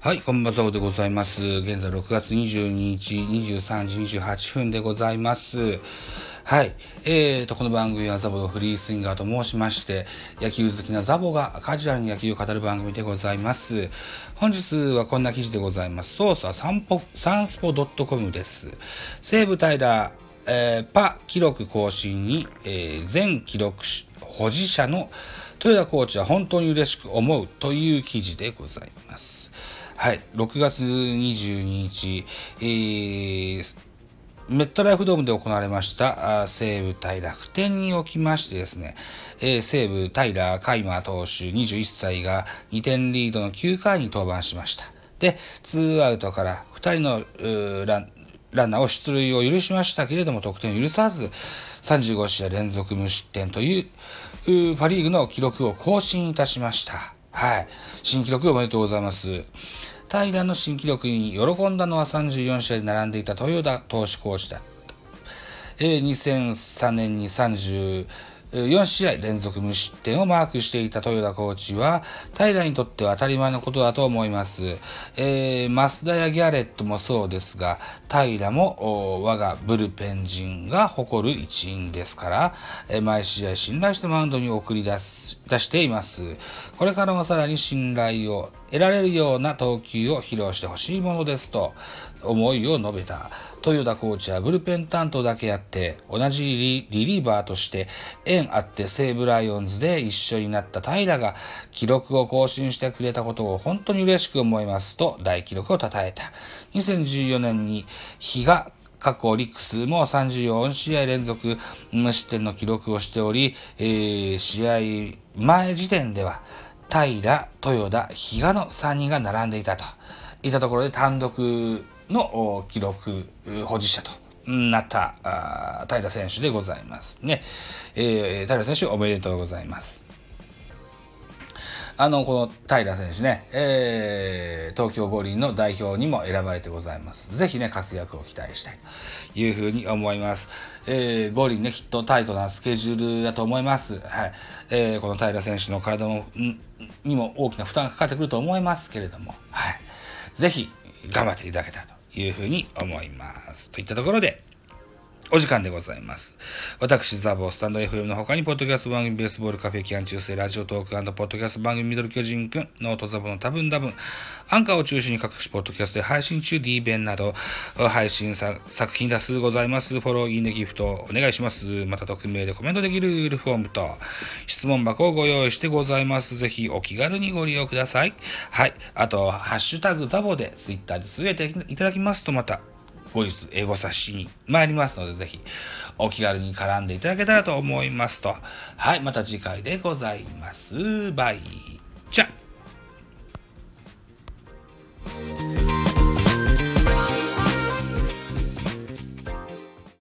はい、こんばんはでございます。現在6月22日23時28分でございます。はい。この番組はザボのフリースインガーと申しまして、野球好きなザボがカジュアルに野球を語る番組でございます。本日はこんな記事でございます。ソースはサンスポ .com です。西武平、パ記録更新に、全記録保持者の豊田コーチは本当に嬉しく思うという記事でございます。はい、6月22日、メットライフドームで行われました西武対楽天におきましてですね、西武平海馬投手21歳が2点リードの9回に登板しました。で、2アウトから2人のランナーを出塁を許しましたけれども得点を許さず35試合連続無失点というパリーグの記録を更新いたしました。はい。新記録おめでとうございます。平の新記録に喜んだのは34試合で並んでいた豊田投手コーチだった。2003年に34試合連続無失点をマークしていた豊田コーチは、平にとっては当たり前のことだと思います。増田やギャレットもそうですが、平も我がブルペン陣が誇る一員ですから、毎試合信頼してマウンドに送り出しています。これからもさらに信頼を得られるような投球を披露してほしいものですと思いを述べた。豊田コーチはブルペン担当だけやって同じリリーバーとして縁あって西武ライオンズで一緒になった平が記録を更新してくれたことを本当に嬉しく思いますと大記録を称えた。2014年に比嘉過去オリックスも34試合連続無失点の記録をしており、試合前時点では平、豊田、比嘉の3人が並んでいたといったところで単独の記録保持者となった平選手でございますね。平選手おめでとうございます。この平選手ね、東京五輪の代表にも選ばれてございます。ぜひね、活躍を期待したいというふうに思います。五輪ね、きっとタイトなスケジュールだと思います。はい。この平選手の体にも大きな負担がかかってくると思いますけれども、はい。ぜひ頑張っていただけたらというふうに思います。といったところで、お時間でございます。私、ザボ、スタンド FM の他に、ポッドキャスト番組、ベースボールカフェ、キャン中世、ラジオトーク&ポッドキャスト番組、ミドル巨人くん、ノートザボの多分、アンカーを中心に各種ポッドキャストで配信中、D 弁など、配信作品多数ございます。フォロー、いいね、ギフトお願いします。また、匿名でコメントできるフォームと、質問箱をご用意してございます。ぜひ、お気軽にご利用ください。はい。あと、ハッシュタグザボで、ツイッターでつぶやいていただきますと、また、後日英語冊子に参りますので、ぜひお気軽に絡んでいただけたらと思いますと。はい、また次回でございます。バイ。